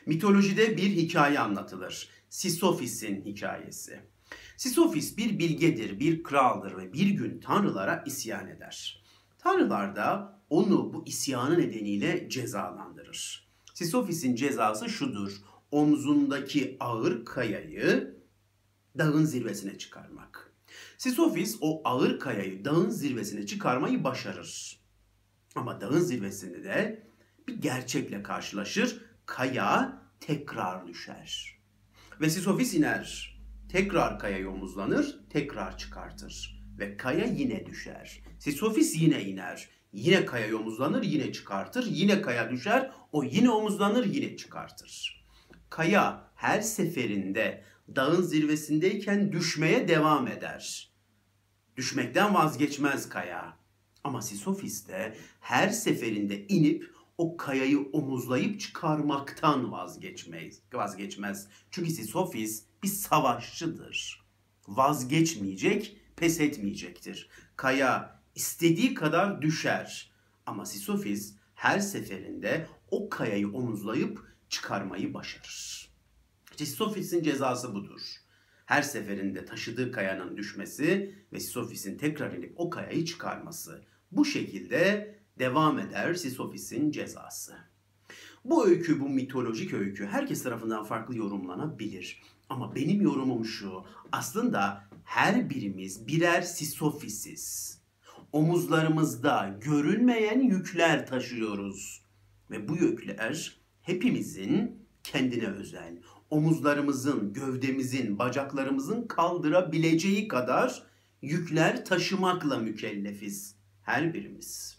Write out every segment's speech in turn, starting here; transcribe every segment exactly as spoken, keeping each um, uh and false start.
Mitolojide bir hikaye anlatılır. Sisofis'in hikayesi. Sisofis bir bilgedir, bir kraldır ve bir gün tanrılara isyan eder. Tanrılar da onu bu isyanı nedeniyle cezalandırır. Sisofis'in cezası şudur: omzundaki ağır kayayı dağın zirvesine çıkarmak. Sisofis o ağır kayayı dağın zirvesine çıkarmayı başarır. Ama dağın zirvesinde de bir gerçekle karşılaşır. Kaya tekrar düşer. Ve Sisofis iner. Tekrar kayayı omuzlanır, tekrar çıkartır. Ve kaya yine düşer. Sisofis yine iner. Yine kayayı omuzlanır, yine çıkartır. Yine kaya düşer, o yine omuzlanır, yine çıkartır. Kaya her seferinde dağın zirvesindeyken düşmeye devam eder. Düşmekten vazgeçmez kaya. Ama Sisofis de her seferinde inip o kayayı omuzlayıp çıkarmaktan vazgeçmez. vazgeçmez. Çünkü Sisofis bir savaşçıdır. Vazgeçmeyecek, pes etmeyecektir. Kaya istediği kadar düşer. Ama Sisofis her seferinde o kayayı omuzlayıp çıkarmayı başarır. Sisofis'in cezası budur. Her seferinde taşıdığı kayanın düşmesi ve Sisofis'in tekrar inip o kayayı çıkarması. Bu şekilde devam eder Sisofis'in cezası. Bu öykü, bu mitolojik öykü herkes tarafından farklı yorumlanabilir. Ama benim yorumum şu: aslında her birimiz birer Sisofis'iz. Omuzlarımızda görünmeyen yükler taşıyoruz. Ve bu yükler hepimizin kendine özel. Omuzlarımızın, gövdemizin, bacaklarımızın kaldırabileceği kadar yükler taşımakla mükellefiz. Her birimiz.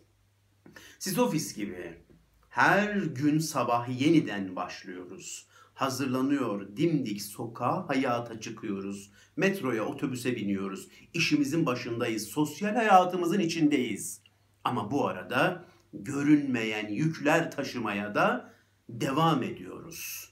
Sisofis gibi her gün sabah yeniden başlıyoruz. Hazırlanıyor, dimdik sokağa, hayata çıkıyoruz. Metroya, otobüse biniyoruz. İşimizin başındayız, sosyal hayatımızın içindeyiz. Ama bu arada görünmeyen yükler taşımaya da devam ediyoruz.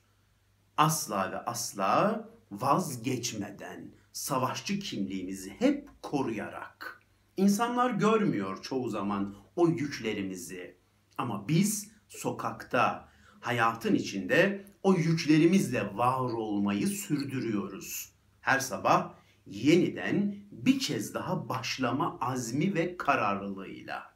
Asla ve asla vazgeçmeden, savaşçı kimliğimizi hep koruyarak. İnsanlar görmüyor çoğu zaman o yüklerimizi. Ama biz sokakta, hayatın içinde o yüklerimizle var olmayı sürdürüyoruz. Her sabah yeniden bir kez daha başlama azmi ve kararlılığıyla.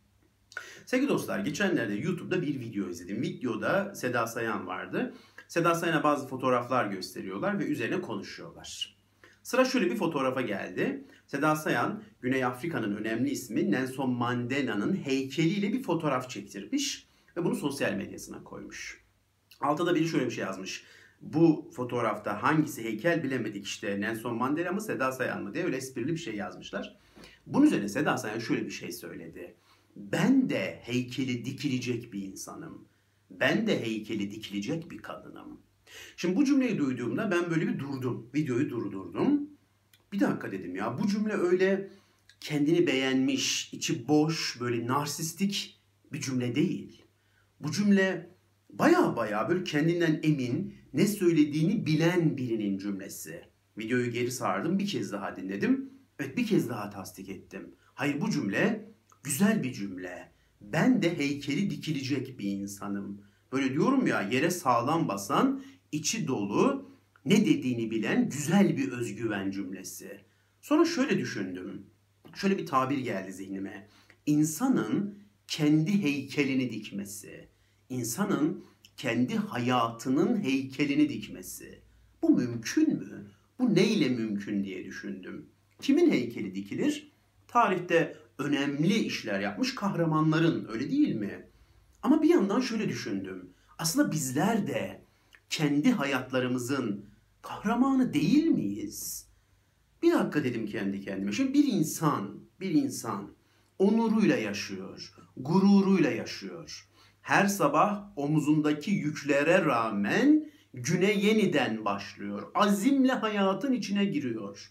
Sevgili dostlar, geçenlerde YouTube'da bir video izledim. Videoda Seda Sayan vardı. Seda Sayan'a bazı fotoğraflar gösteriyorlar ve üzerine konuşuyorlar. Sıra şöyle bir fotoğrafa geldi. Seda Sayan, Güney Afrika'nın önemli ismi Nelson Mandela'nın heykeliyle bir fotoğraf çektirmiş ve bunu sosyal medyasına koymuş. Altta da biri şöyle bir şey yazmış: bu fotoğrafta hangisi heykel bilemedik, işte Nelson Mandela mı Seda Sayan mı diye öyle esprili bir şey yazmışlar. Bunun üzerine Seda Sayan şöyle bir şey söyledi: ben de heykeli dikilecek bir insanım. Ben de heykeli dikilecek bir kadınım. Şimdi bu cümleyi duyduğumda ben böyle bir durdum. Videoyu durdurdum. Bir dakika dedim ya, bu cümle öyle kendini beğenmiş, içi boş, böyle narsistik bir cümle değil. Bu cümle baya baya böyle kendinden emin, ne söylediğini bilen birinin cümlesi. Videoyu geri sardım, bir kez daha dinledim. Evet, bir kez daha tasdik ettim. Hayır, bu cümle güzel bir cümle. Ben de heykeli dikilecek bir insanım. Böyle diyorum ya, yere sağlam basan, içi dolu, ne dediğini bilen güzel bir özgüven cümlesi. Sonra şöyle düşündüm. Şöyle bir tabir geldi zihnime. İnsanın kendi heykelini dikmesi. İnsanın kendi hayatının heykelini dikmesi. Bu mümkün mü? Bu neyle mümkün diye düşündüm. Kimin heykeli dikilir? Tarihte önemli işler yapmış kahramanların, öyle değil mi? Ama bir yandan şöyle düşündüm. Aslında bizler de kendi hayatlarımızın kahramanı değil miyiz? Bir dakika dedim kendi kendime. Şimdi bir insan, bir insan onuruyla yaşıyor, gururuyla yaşıyor. Her sabah omuzundaki yüklere rağmen güne yeniden başlıyor. Azimle hayatın içine giriyor.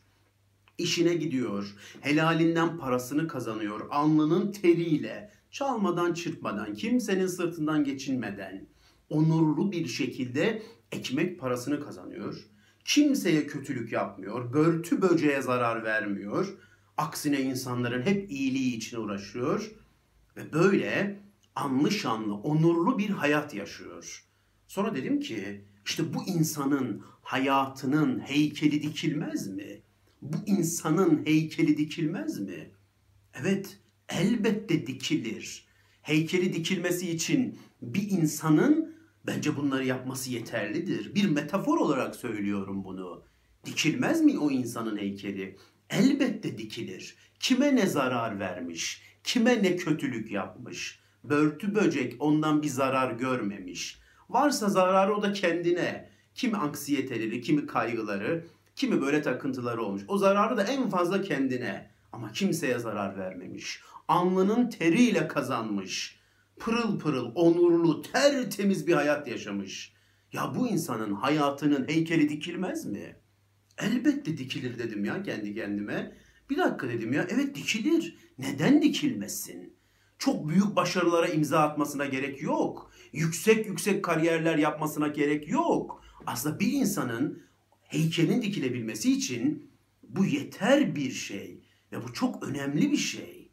İşine gidiyor, helalinden parasını kazanıyor, alnının teriyle, çalmadan çırpmadan, kimsenin sırtından geçinmeden, onurlu bir şekilde ekmek parasını kazanıyor. Kimseye kötülük yapmıyor, börtü böceğe zarar vermiyor. Aksine insanların hep iyiliği için uğraşıyor ve böyle anlı şanlı, onurlu bir hayat yaşıyor. Sonra dedim ki işte bu insanın hayatının heykeli dikilmez mi? Bu insanın heykeli dikilmez mi? Evet, elbette dikilir. Heykeli dikilmesi için bir insanın bence bunları yapması yeterlidir. Bir metafor olarak söylüyorum bunu. Dikilmez mi o insanın heykeli? Elbette dikilir. Kime ne zarar vermiş? Kime ne kötülük yapmış? Börtü böcek ondan bir zarar görmemiş. Varsa zararı o da kendine. Kimi anksiyeteleri, kimi kaygıları, kimi böyle takıntıları olmuş. O zararı da en fazla kendine. Ama kimseye zarar vermemiş. Alnının teriyle kazanmış. Pırıl pırıl, onurlu, tertemiz bir hayat yaşamış. Ya bu insanın hayatının heykeli dikilmez mi? Elbette dikilir dedim ya kendi kendime. Bir dakika dedim ya, evet dikilir. Neden dikilmesin? Çok büyük başarılara imza atmasına gerek yok. Yüksek yüksek kariyerler yapmasına gerek yok. Aslında bir insanın heykelin dikilebilmesi için bu yeter bir şey. Ve bu çok önemli bir şey.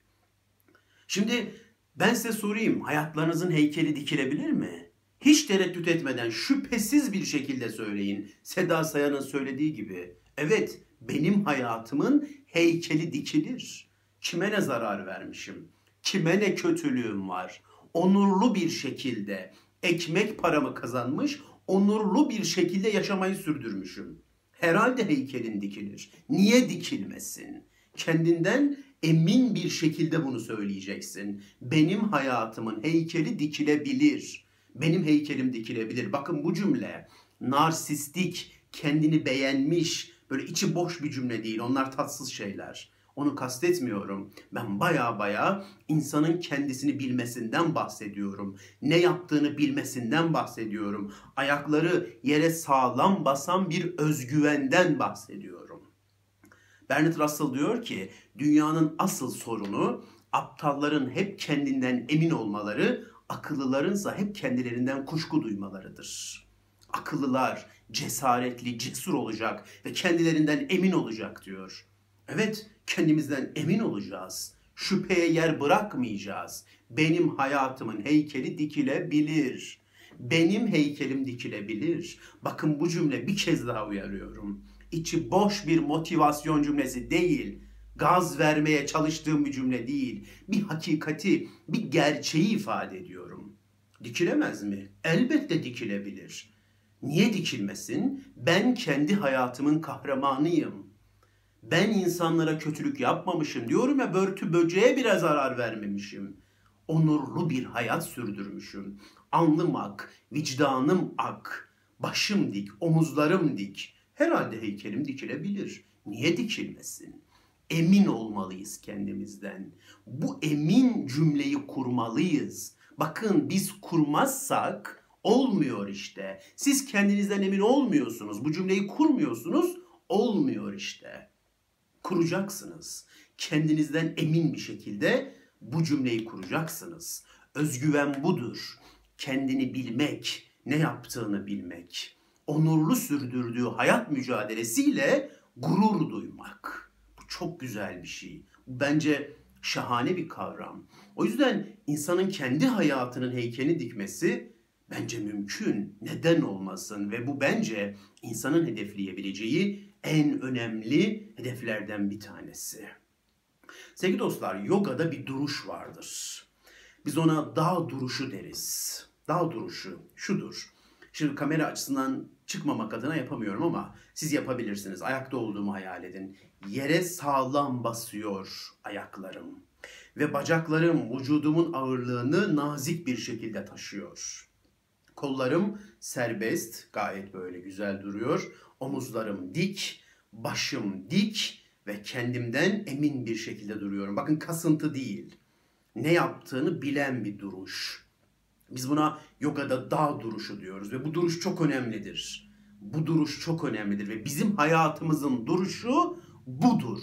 Şimdi ben size sorayım, hayatlarınızın heykeli dikilebilir mi? Hiç tereddüt etmeden şüphesiz bir şekilde söyleyin. Seda Sayan'ın söylediği gibi. Evet, benim hayatımın heykeli dikilir. Kime ne zarar vermişim? Kime ne kötülüğüm var? Onurlu bir şekilde ekmek paramı kazanmış, onurlu bir şekilde yaşamayı sürdürmüşüm. Herhalde heykelin dikilir. Niye dikilmesin? Kendinden emin bir şekilde bunu söyleyeceksin. Benim hayatımın heykeli dikilebilir. Benim heykelim dikilebilir. Bakın bu cümle narsistik, kendini beğenmiş, böyle içi boş bir cümle değil. Onlar tatsız şeyler. Onu kastetmiyorum. Ben baya baya insanın kendisini bilmesinden bahsediyorum. Ne yaptığını bilmesinden bahsediyorum. Ayakları yere sağlam basan bir özgüvenden bahsediyorum. Bernard Russell diyor ki dünyanın asıl sorunu aptalların hep kendinden emin olmaları, akıllılarınsa hep kendilerinden kuşku duymalarıdır. Akıllılar cesaretli, cesur olacak ve kendilerinden emin olacak diyor. Evet, kendimizden emin olacağız. Şüpheye yer bırakmayacağız. Benim hayatımın heykeli dikilebilir. Benim heykelim dikilebilir. Bakın bu cümle bir kez daha uyarıyorum. İçi boş bir motivasyon cümlesi değil. Gaz vermeye çalıştığım bir cümle değil. Bir hakikati, bir gerçeği ifade ediyorum. Dikilemez mi? Elbette dikilebilir. Niye dikilmesin? Ben kendi hayatımın kahramanıyım. Ben insanlara kötülük yapmamışım diyorum ya, börtü böceğe bile zarar vermemişim. Onurlu bir hayat sürdürmüşüm. Alnım ak, vicdanım ak, başım dik, omuzlarım dik. Herhalde heykelim dikilebilir. Niye dikilmesin? Emin olmalıyız kendimizden. Bu emin cümleyi kurmalıyız. Bakın biz kurmazsak olmuyor işte. Siz kendinizden emin olmuyorsunuz. Bu cümleyi kurmuyorsunuz. Olmuyor işte. Kuracaksınız. Kendinizden emin bir şekilde bu cümleyi kuracaksınız. Özgüven budur. Kendini bilmek, ne yaptığını bilmek. Onurlu sürdürdüğü hayat mücadelesiyle gurur duymak. Bu çok güzel bir şey. Bu bence şahane bir kavram. O yüzden insanın kendi hayatının heykelini dikmesi bence mümkün. Neden olmasın? Ve bu bence insanın hedefleyebileceği en önemli hedeflerden bir tanesi. Sevgili dostlar, yogada bir duruş vardır. Biz ona dağ duruşu deriz. Dağ duruşu şudur. Şimdi kamera açısından çıkmamak adına yapamıyorum ama siz yapabilirsiniz. Ayakta olduğumu hayal edin. Yere sağlam basıyor ayaklarım. Ve bacaklarım vücudumun ağırlığını nazik bir şekilde taşıyor. Kollarım serbest, gayet böyle güzel duruyor. Omuzlarım dik, başım dik ve kendimden emin bir şekilde duruyorum. Bakın kasıntı değil. Ne yaptığını bilen bir duruş. Biz buna yogada dağ duruşu diyoruz ve bu duruş çok önemlidir. Bu duruş çok önemlidir ve bizim hayatımızın duruşu budur.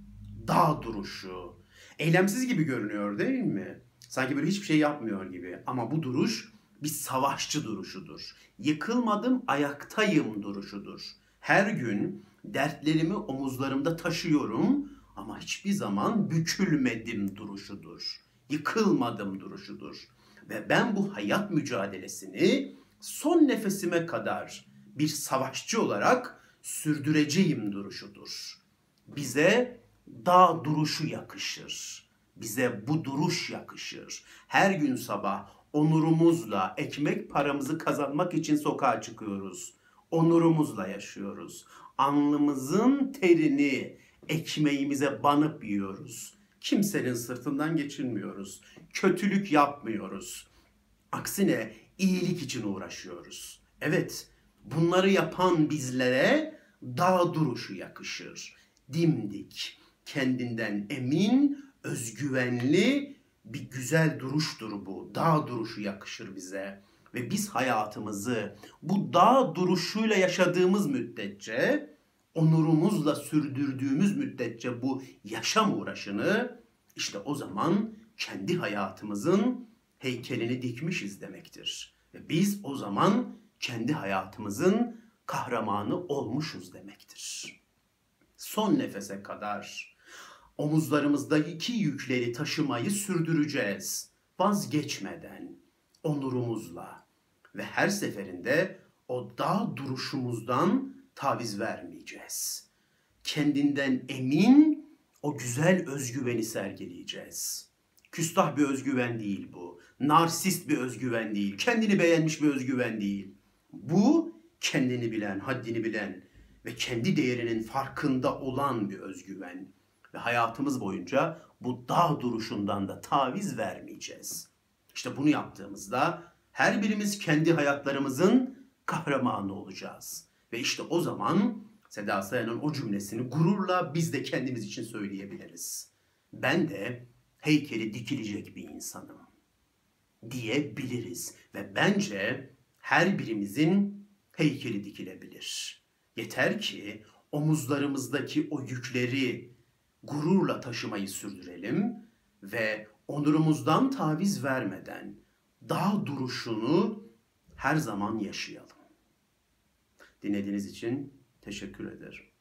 Dağ duruşu. Eylemsiz gibi görünüyor değil mi? Sanki böyle hiçbir şey yapmıyor gibi. Ama bu duruş bir savaşçı duruşudur. Yıkılmadım, ayaktayım duruşudur. Her gün dertlerimi omuzlarımda taşıyorum ama hiçbir zaman bükülmedim duruşudur. Yıkılmadım duruşudur. Ve ben bu hayat mücadelesini son nefesime kadar bir savaşçı olarak sürdüreceğim duruşudur. Bize dağ duruşu yakışır. Bize bu duruş yakışır. Her gün sabah onurumuzla ekmek paramızı kazanmak için sokağa çıkıyoruz. Onurumuzla yaşıyoruz. Alnımızın terini ekmeğimize banıp yiyoruz. Kimsenin sırtından geçinmiyoruz. Kötülük yapmıyoruz. Aksine iyilik için uğraşıyoruz. Evet, bunları yapan bizlere dağ duruşu yakışır. Dimdik, kendinden emin, özgüvenli bir güzel duruştur bu. Dağ duruşu yakışır bize. Ve biz hayatımızı bu dağ duruşuyla yaşadığımız müddetçe, onurumuzla sürdürdüğümüz müddetçe bu yaşam uğraşını, işte o zaman kendi hayatımızın heykelini dikmişiz demektir. Ve biz o zaman kendi hayatımızın kahramanı olmuşuz demektir. Son nefese kadar omuzlarımızdaki yükleri taşımayı sürdüreceğiz. Vazgeçmeden, onurumuzla ve her seferinde o dağ duruşumuzdan taviz vermeyeceğiz. Kendinden emin o güzel özgüveni sergileyeceğiz. Küstah bir özgüven değil bu. Narsist bir özgüven değil. Kendini beğenmiş bir özgüven değil. Bu kendini bilen, haddini bilen ve kendi değerinin farkında olan bir özgüven. Ve hayatımız boyunca bu dağ duruşundan da taviz vermeyeceğiz. İşte bunu yaptığımızda her birimiz kendi hayatlarımızın kahramanı olacağız. Ve işte o zaman Seda Sayan'ın o cümlesini gururla biz de kendimiz için söyleyebiliriz. Ben de heykeli dikilecek bir insanım diyebiliriz. Ve bence her birimizin heykeli dikilebilir. Yeter ki omuzlarımızdaki o yükleri gururla taşımayı sürdürelim ve onurumuzdan taviz vermeden dağ duruşunu her zaman yaşayalım. Dinlediğiniz için teşekkür ederim.